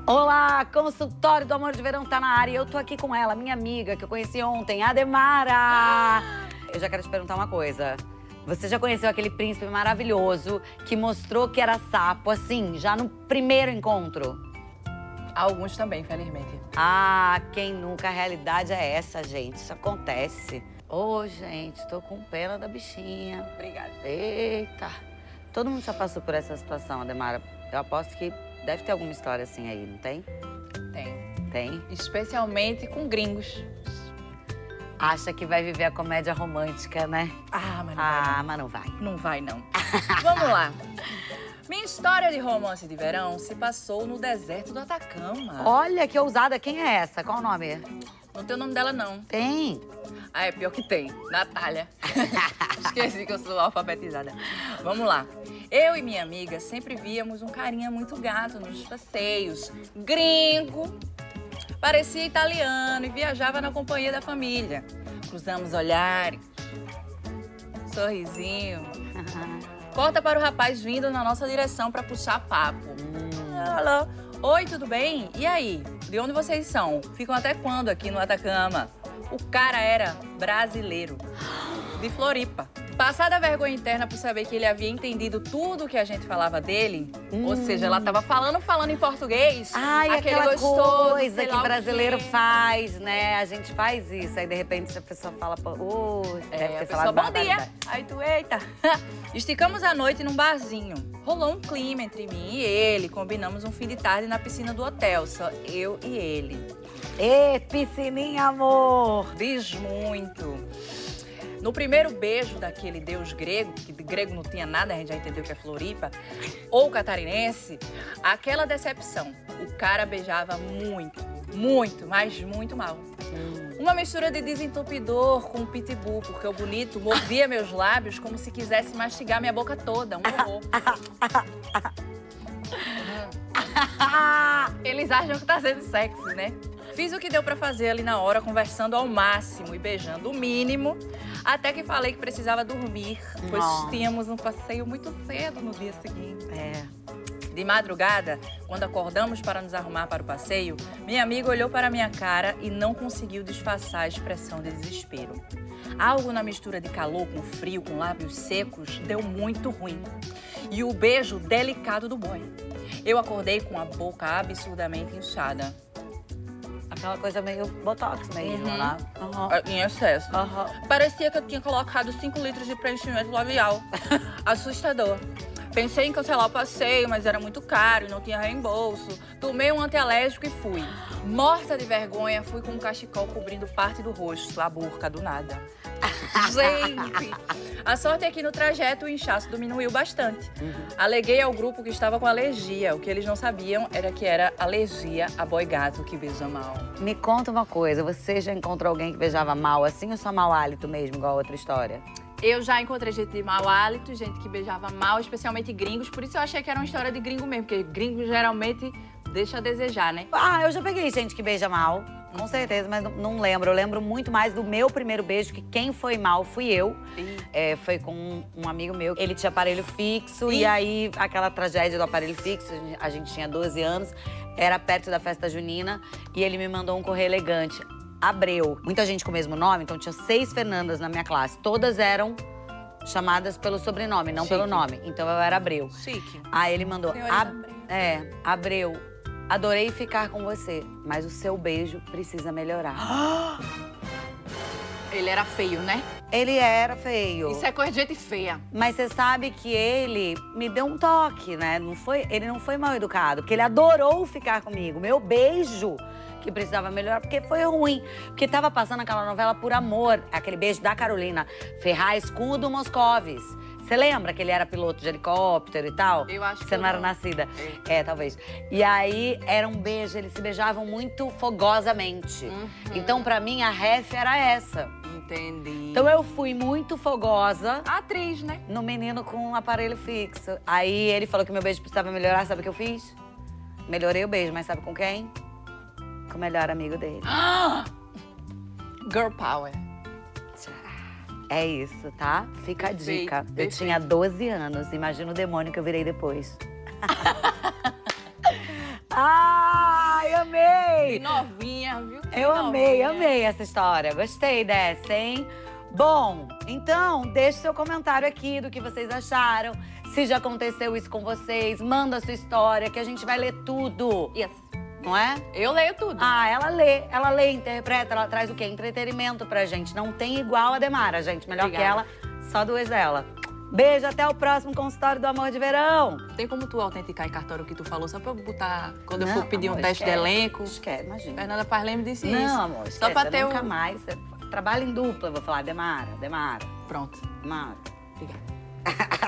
Olá, consultório do Amor de Verão tá na área e eu tô aqui com ela, minha amiga, que eu conheci ontem, Ademara. Eu já quero te perguntar uma coisa. Você já conheceu aquele príncipe maravilhoso que mostrou que era sapo, assim, já no primeiro encontro? Alguns também, felizmente. Ah, quem nunca? A realidade é essa, gente. Isso acontece. Ô, gente, tô com pena da bichinha. Obrigada. Eita. Todo mundo já passou por essa situação, Ademara. Eu aposto que deve ter alguma história assim aí, não tem? Tem. Tem? Especialmente com gringos. Acha que vai viver a comédia romântica, né? Ah, mas não vai. Mas não vai. Não vai, não. Vamos lá. Minha história de romance de verão se passou no deserto do Atacama. Olha, que ousada. Quem é essa? Qual o nome? Não tem o nome dela, não. Tem. Ah, é pior que tem. Natália. Esqueci que eu sou alfabetizada. Vamos lá. Eu e minha amiga sempre víamos um carinha muito gato nos passeios. Gringo. Parecia italiano e viajava na companhia da família. Cruzamos olhares. Sorrisinho. Corta para o rapaz vindo na nossa direção para puxar papo. Alô? Oi, tudo bem? E aí? De onde vocês são? Ficam até quando aqui no Atacama? O cara era brasileiro, de Floripa. Passada a vergonha interna por saber que ele havia entendido tudo o que a gente falava dele, ou seja, ela tava falando em português. Ai, aquele aquela gostoso, coisa sei que lá o brasileiro quê. faz, né? A gente faz isso, aí de repente a pessoa fala, deve ter a pessoa, falado bom dia. barbaridade. Aí tu, eita. Esticamos a noite num barzinho. Rolou um clima entre mim e ele. Combinamos um fim de tarde na piscina do hotel, só eu e ele. Ê, piscininha, amor! Diz muito. No primeiro beijo daquele deus grego, que de grego não tinha nada, a gente já entendeu que é Floripa, ou catarinense, aquela decepção. O cara beijava muito, mas muito mal. Uma mistura de desentupidor com pitbull, porque o bonito mordia meus lábios como se quisesse mastigar minha boca toda, um horror. Eles acham que tá sendo sexy, né? Fiz o que deu pra fazer ali na hora, conversando ao máximo e beijando o mínimo, até que falei que precisava dormir, pois tínhamos um passeio muito cedo no dia seguinte. De madrugada, quando acordamos para nos arrumar para o passeio, minha amiga olhou para a minha cara e não conseguiu disfarçar a expressão de desespero. Algo na mistura de calor com frio, com lábios secos, deu muito ruim. E o beijo delicado do boy. Eu acordei com a boca absurdamente inchada. Aquela coisa meio botox mesmo, né? Em excesso. Parecia que eu tinha colocado 5 litros de preenchimento labial. Assustador. Pensei em cancelar o passeio, mas era muito caro e não tinha reembolso. Tomei um antialérgico e fui. Morta de vergonha, fui com um cachecol cobrindo parte do rosto, a burca do nada. Gente! A sorte é que no trajeto o inchaço diminuiu bastante. Aleguei ao grupo que estava com alergia. O que eles não sabiam era que era alergia a boy gato que beija mal. Me conta uma coisa, você já encontrou alguém que beijava mal assim ou só mau hálito mesmo, igual a outra história? Eu já encontrei gente de mau hálito, gente que beijava mal, especialmente gringos. Por isso eu achei que era uma história de gringo mesmo, porque gringo geralmente deixa a desejar, né? Eu já peguei gente que beija mal, com certeza, mas não lembro. Eu lembro muito mais do meu primeiro beijo, que quem foi mal fui eu. Foi com um amigo meu. Ele tinha aparelho fixo e aí aquela tragédia do aparelho fixo, a gente tinha 12 anos, era perto da festa junina e ele me mandou um correio elegante. Abreu. Muita gente com o mesmo nome, então tinha 6 Fernandas na minha classe. Todas eram chamadas pelo sobrenome, não pelo nome. Então eu era Abreu. Chique. Aí ele mandou, Abreu. Abreu, adorei ficar com você, mas o seu beijo precisa melhorar. Ele era feio, né? Ele era feio. Isso é coisa de gente feia. Mas você sabe que ele me deu um toque, né? Ele não foi mal educado, porque ele adorou ficar comigo. Meu beijo que precisava melhorar, porque foi ruim. Porque tava passando aquela novela Por Amor, aquele beijo da Carolina Ferraz com o do Moscovis. Você lembra que ele era piloto de helicóptero e tal? Eu acho que você não era nascida. Talvez. E aí, era um beijo, eles se beijavam muito fogosamente. Então, pra mim, a ref era essa. Entendi. Então, eu fui muito fogosa. Atriz, né? No menino com um aparelho fixo. Aí, ele falou que meu beijo precisava melhorar. Sabe o que eu fiz? Melhorei o beijo, mas sabe com quem? Com o melhor amigo dele. Girl power. É isso, tá? Fica a dica. Perfeito. Eu tinha 12 anos. Imagina o demônio que eu virei depois. amei. Novinha, viu? Eu amei essa história. Gostei dessa, hein? Bom, então, deixe seu comentário aqui do que vocês acharam. Se já aconteceu isso com vocês, manda a sua história, que a gente vai ler tudo. Yes. Não é? Eu leio tudo. Ah, ela lê, interpreta, ela traz o quê? Entretenimento pra gente. Não tem igual a Demara, gente. Melhor Obrigada. que ela, só duas dela. Beijo, até o próximo consultório do Amor de Verão. Tem como tu autenticar em cartório o que tu falou? Só pra eu botar, quando eu Não, for pedir amor, um teste esquece. de elenco. Esquece, imagina. Fernanda Paz Leme disse isso. Não, amor, esquece. Só pra ter nunca mais. Você trabalha em dupla, eu vou falar Demara. Pronto. Demara. Obrigada.